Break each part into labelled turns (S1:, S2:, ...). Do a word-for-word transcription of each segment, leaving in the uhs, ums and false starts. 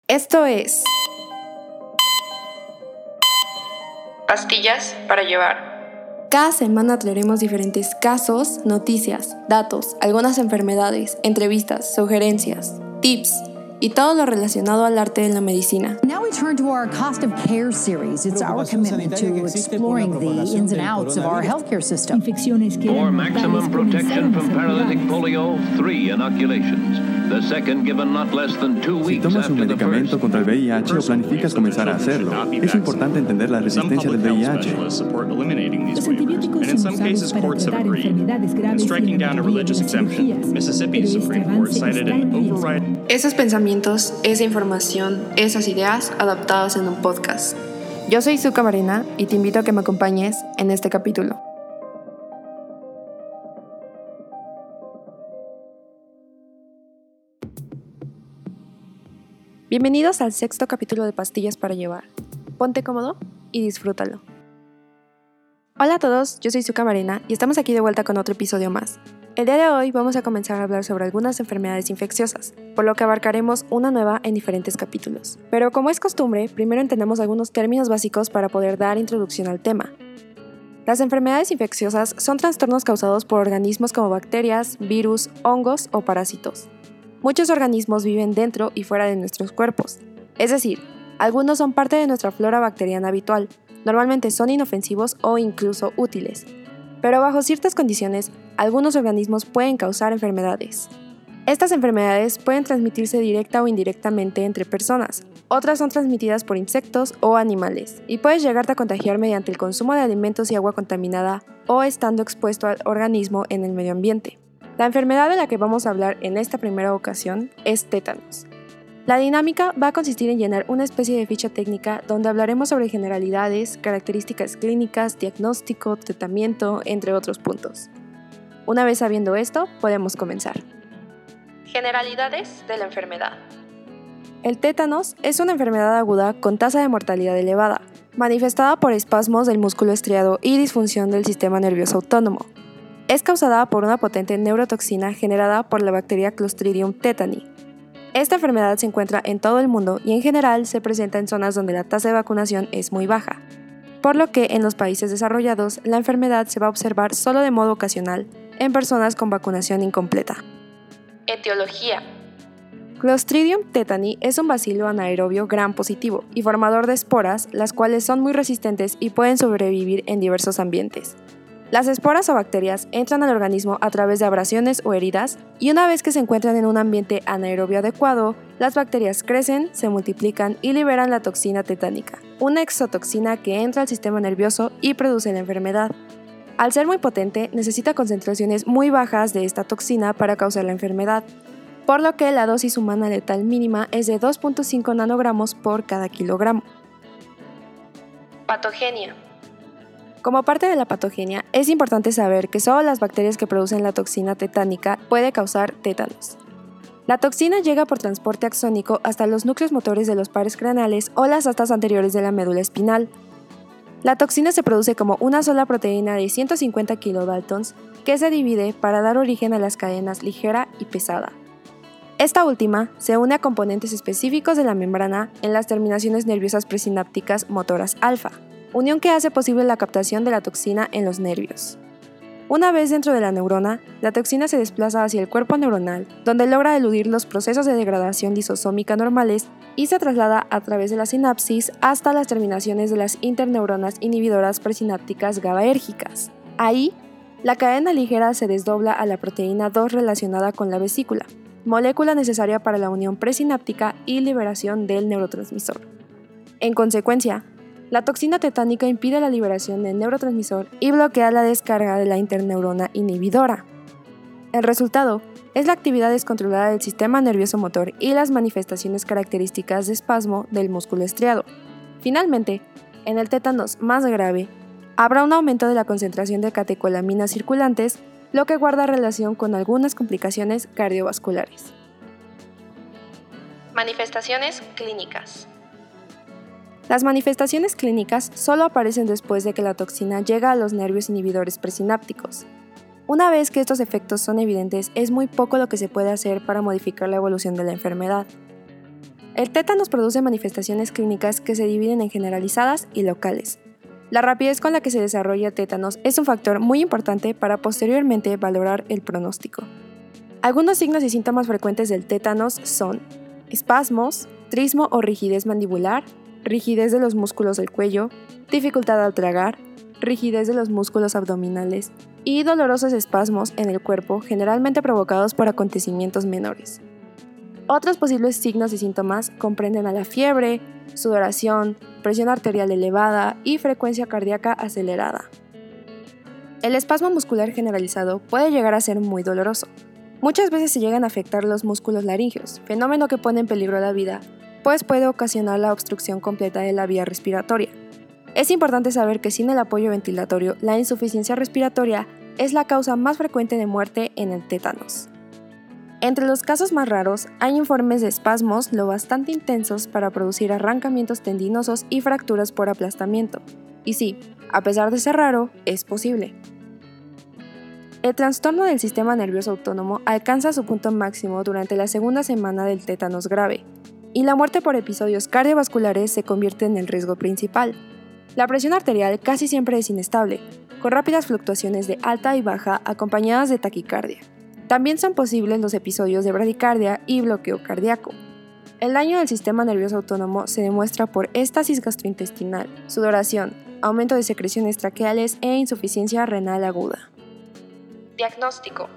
S1: Esto es
S2: Pastillas para llevar.
S1: Cada semana traeremos diferentes casos, noticias, datos, algunas enfermedades, entrevistas, sugerencias, tips y todo lo relacionado al arte de la medicina.
S3: Now we turn to our Cost of Care series. It's our commitment to exploring the ins and outs of our healthcare system.
S4: For maximum protection from paralytic polio, three inoculations. The second given not less than two
S5: Si
S4: weeks
S5: tomas un
S4: after the
S5: medicamento
S4: first.
S5: contra el V I H o planificas comenzar a hacerlo, es importante entender la resistencia del V I H.
S6: Los
S7: antibióticos
S6: and in some
S7: son
S6: cases
S7: usados para
S6: courts have
S7: tratar
S6: agreed.
S7: enfermedades
S6: In
S7: graves y
S6: striking
S7: la
S6: down a
S7: mayoría de
S6: religious
S7: las
S6: exemption,
S7: cirugías,
S6: Mississippi's
S7: pero este
S6: Supreme Court
S7: avance
S6: cited
S7: está
S6: an
S7: en riesgo.
S6: overriding
S1: Esos pensamientos, esa información, esas ideas adaptadas en un podcast. Yo soy Zuka Marina y te invito a que me acompañes en este capítulo. Bienvenidos al sexto capítulo de Pastillas para Llevar. Ponte cómodo y disfrútalo. Hola a todos, yo soy Zuka Marina y estamos aquí de vuelta con otro episodio más. El día de hoy vamos a comenzar a hablar sobre algunas enfermedades infecciosas, por lo que abarcaremos una nueva en diferentes capítulos. Pero como es costumbre, primero entendamos algunos términos básicos para poder dar introducción al tema. Las enfermedades infecciosas son trastornos causados por organismos como bacterias, virus, hongos o parásitos. Muchos organismos viven dentro y fuera de nuestros cuerpos, es decir, algunos son parte de nuestra flora bacteriana habitual, normalmente son inofensivos o incluso útiles, pero bajo ciertas condiciones, algunos organismos pueden causar enfermedades. Estas enfermedades pueden transmitirse directa o indirectamente entre personas, otras son transmitidas por insectos o animales, y puedes llegarte a contagiar mediante el consumo de alimentos y agua contaminada o estando expuesto al organismo en el medio ambiente. La enfermedad de la que vamos a hablar en esta primera ocasión es tétanos. La dinámica va a consistir en llenar una especie de ficha técnica donde hablaremos sobre generalidades, características clínicas, diagnóstico, tratamiento, entre otros puntos. Una vez sabiendo esto, podemos comenzar. Generalidades de la enfermedad. El tétanos es una enfermedad aguda con tasa de mortalidad elevada, manifestada por espasmos del músculo estriado y disfunción del sistema nervioso autónomo. Es causada por una potente neurotoxina generada por la bacteria Clostridium tetani. Esta enfermedad se encuentra en todo el mundo y en general se presenta en zonas donde la tasa de vacunación es muy baja, por lo que en los países desarrollados la enfermedad se va a observar solo de modo ocasional en personas con vacunación incompleta. Etiología. Clostridium tetani es un bacilo anaerobio gram positivo y formador de esporas, las cuales son muy resistentes y pueden sobrevivir en diversos ambientes. Las esporas o bacterias entran al organismo a través de abrasiones o heridas y una vez que se encuentran en un ambiente anaerobio adecuado, las bacterias crecen, se multiplican y liberan la toxina tetánica, una exotoxina que entra al sistema nervioso y produce la enfermedad. Al ser muy potente, necesita concentraciones muy bajas de esta toxina para causar la enfermedad, por lo que la dosis humana letal mínima es de dos punto cinco nanogramos por cada kilogramo. Patogenia. Como parte de la patogenia, es importante saber que solo las bacterias que producen la toxina tetánica pueden causar tétanos. La toxina llega por transporte axónico hasta los núcleos motores de los pares craneales o las astas anteriores de la médula espinal. La toxina se produce como una sola proteína de ciento cincuenta kilodaltons que se divide para dar origen a las cadenas ligera y pesada. Esta última se une a componentes específicos de la membrana en las terminaciones nerviosas presinápticas motoras alfa, unión que hace posible la captación de la toxina en los nervios. Una vez dentro de la neurona, la toxina se desplaza hacia el cuerpo neuronal, donde logra eludir los procesos de degradación lisosómica normales y se traslada a través de la sinapsis hasta las terminaciones de las interneuronas inhibidoras presinápticas GABAérgicas. Ahí, la cadena ligera se desdobla a la proteína dos relacionada con la vesícula, molécula necesaria para la unión presináptica y liberación del neurotransmisor. En consecuencia, la toxina tetánica impide la liberación del neurotransmisor y bloquea la descarga de la interneurona inhibidora. El resultado es la actividad descontrolada del sistema nervioso motor y las manifestaciones características de espasmo del músculo estriado. Finalmente, en el tétanos más grave, habrá un aumento de la concentración de catecolaminas circulantes, lo que guarda relación con algunas complicaciones cardiovasculares. Manifestaciones clínicas. Las manifestaciones clínicas solo aparecen después de que la toxina llega a los nervios inhibidores presinápticos. Una vez que estos efectos son evidentes, es muy poco lo que se puede hacer para modificar la evolución de la enfermedad. El tétanos produce manifestaciones clínicas que se dividen en generalizadas y locales. La rapidez con la que se desarrolla tétanos es un factor muy importante para posteriormente valorar el pronóstico. Algunos signos y síntomas frecuentes del tétanos son espasmos, trismo o rigidez mandibular, rigidez de los músculos del cuello, dificultad al tragar, rigidez de los músculos abdominales y dolorosos espasmos en el cuerpo, generalmente provocados por acontecimientos menores. Otros posibles signos y síntomas comprenden a la fiebre, sudoración, presión arterial elevada y frecuencia cardíaca acelerada. El espasmo muscular generalizado puede llegar a ser muy doloroso. Muchas veces se llegan a afectar los músculos laringeos, fenómeno que pone en peligro la vida, pues puede ocasionar la obstrucción completa de la vía respiratoria. Es importante saber que sin el apoyo ventilatorio, la insuficiencia respiratoria es la causa más frecuente de muerte en el tétanos. Entre los casos más raros, hay informes de espasmos lo bastante intensos para producir arrancamientos tendinosos y fracturas por aplastamiento. Y sí, a pesar de ser raro, es posible. El trastorno del sistema nervioso autónomo alcanza su punto máximo durante la segunda semana del tétanos grave, y la muerte por episodios cardiovasculares se convierte en el riesgo principal. La presión arterial casi siempre es inestable, con rápidas fluctuaciones de alta y baja acompañadas de taquicardia. También son posibles los episodios de bradicardia y bloqueo cardíaco. El daño del sistema nervioso autónomo se demuestra por éstasis gastrointestinal, sudoración, aumento de secreciones traqueales e insuficiencia renal aguda.
S2: Diagnóstico.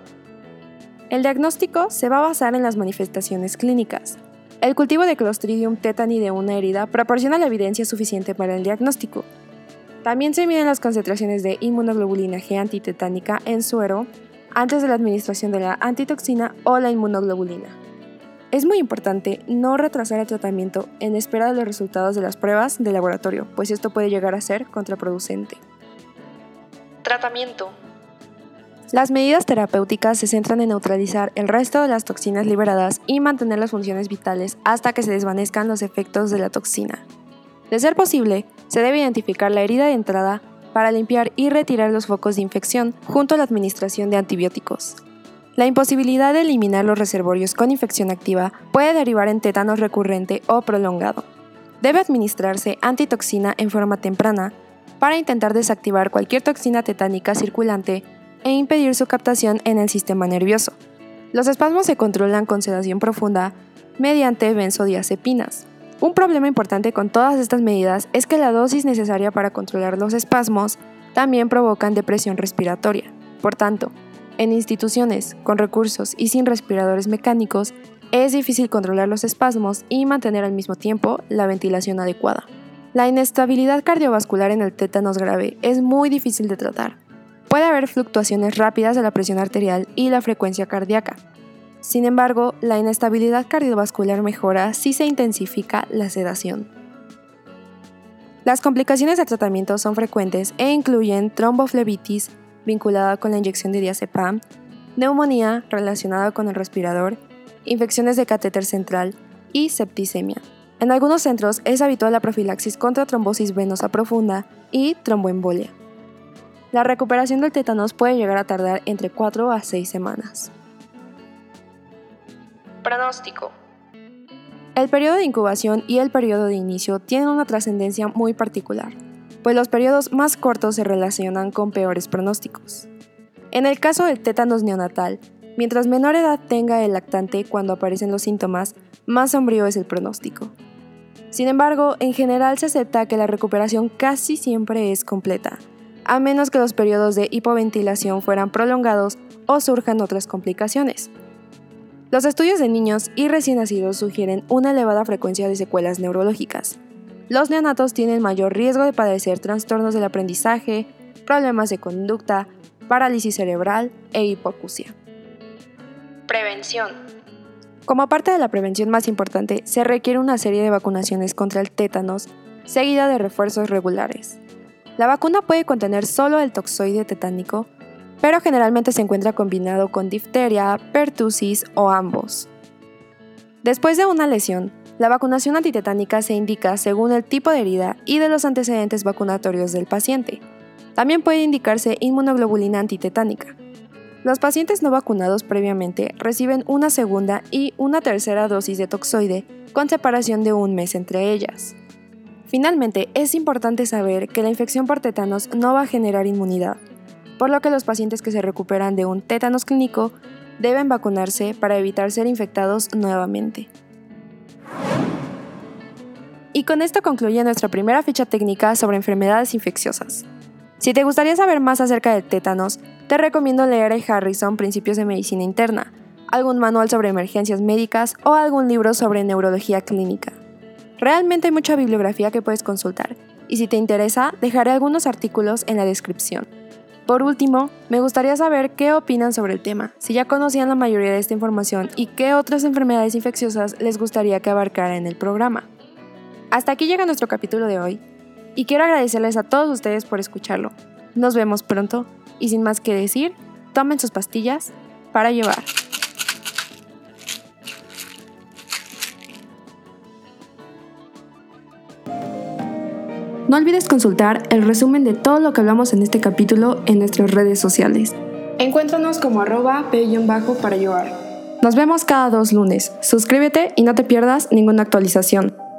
S1: El diagnóstico se va a basar en las manifestaciones clínicas. El cultivo de Clostridium tetani de una herida proporciona la evidencia suficiente para el diagnóstico. También se miden las concentraciones de inmunoglobulina G antitetánica en suero antes de la administración de la antitoxina o la inmunoglobulina. Es muy importante no retrasar el tratamiento en espera de los resultados de las pruebas de laboratorio, pues esto puede llegar a ser contraproducente.
S2: Tratamiento.
S1: Las medidas terapéuticas se centran en neutralizar el resto de las toxinas liberadas y mantener las funciones vitales hasta que se desvanezcan los efectos de la toxina. De ser posible, se debe identificar la herida de entrada para limpiar y retirar los focos de infección junto a la administración de antibióticos. La imposibilidad de eliminar los reservorios con infección activa puede derivar en tétanos recurrente o prolongado. Debe administrarse antitoxina en forma temprana para intentar desactivar cualquier toxina tetánica circulante e impedir su captación en el sistema nervioso. Los espasmos se controlan con sedación profunda mediante benzodiazepinas. Un problema importante con todas estas medidas es que la dosis necesaria para controlar los espasmos también provocan depresión respiratoria. Por tanto, en instituciones con recursos y sin respiradores mecánicos, es difícil controlar los espasmos y mantener al mismo tiempo la ventilación adecuada. La inestabilidad cardiovascular en el tétanos grave es muy difícil de tratar. Puede haber fluctuaciones rápidas de la presión arterial y la frecuencia cardíaca. Sin embargo, la inestabilidad cardiovascular mejora si se intensifica la sedación. Las complicaciones del tratamiento son frecuentes e incluyen tromboflebitis vinculada con la inyección de diazepam, neumonía relacionada con el respirador, infecciones de catéter central y septicemia. En algunos centros es habitual la profilaxis contra trombosis venosa profunda y tromboembolia. La recuperación del tétanos puede llegar a tardar entre cuatro a seis semanas.
S2: Pronóstico.
S1: El periodo de incubación y el periodo de inicio tienen una trascendencia muy particular, pues los periodos más cortos se relacionan con peores pronósticos. En el caso del tétanos neonatal, mientras menor edad tenga el lactante cuando aparecen los síntomas, más sombrío es el pronóstico. Sin embargo, en general se acepta que la recuperación casi siempre es completa, a menos que los periodos de hipoventilación fueran prolongados o surjan otras complicaciones. Los estudios de niños y recién nacidos sugieren una elevada frecuencia de secuelas neurológicas. Los neonatos tienen mayor riesgo de padecer trastornos del aprendizaje, problemas de conducta, parálisis cerebral e hipoacusia.
S2: Prevención.
S1: Como parte de la prevención más importante, se requiere una serie de vacunaciones contra el tétanos, seguida de refuerzos regulares. La vacuna puede contener solo el toxoide tetánico, pero generalmente se encuentra combinado con difteria, pertusis o ambos. Después de una lesión, la vacunación antitetánica se indica según el tipo de herida y de los antecedentes vacunatorios del paciente. También puede indicarse inmunoglobulina antitetánica. Los pacientes no vacunados previamente reciben una segunda y una tercera dosis de toxoide con separación de un mes entre ellas. Finalmente, es importante saber que la infección por tétanos no va a generar inmunidad, por lo que los pacientes que se recuperan de un tétanos clínico deben vacunarse para evitar ser infectados nuevamente. Y con esto concluye nuestra primera ficha técnica sobre enfermedades infecciosas. Si te gustaría saber más acerca del tétanos, te recomiendo leer a Harrison Principios de Medicina Interna, algún manual sobre emergencias médicas o algún libro sobre neurología clínica. Realmente hay mucha bibliografía que puedes consultar, y si te interesa, dejaré algunos artículos en la descripción. Por último, me gustaría saber qué opinan sobre el tema, si ya conocían la mayoría de esta información y qué otras enfermedades infecciosas les gustaría que abarcara en el programa. Hasta aquí llega nuestro capítulo de hoy, y quiero agradecerles a todos ustedes por escucharlo. Nos vemos pronto, y sin más que decir, tomen sus pastillas para llevar. No olvides consultar el resumen de todo lo que hablamos en este capítulo en nuestras redes sociales. Encuéntranos como arroba p-para llevar. Nos vemos cada dos lunes. Suscríbete y no te pierdas ninguna actualización.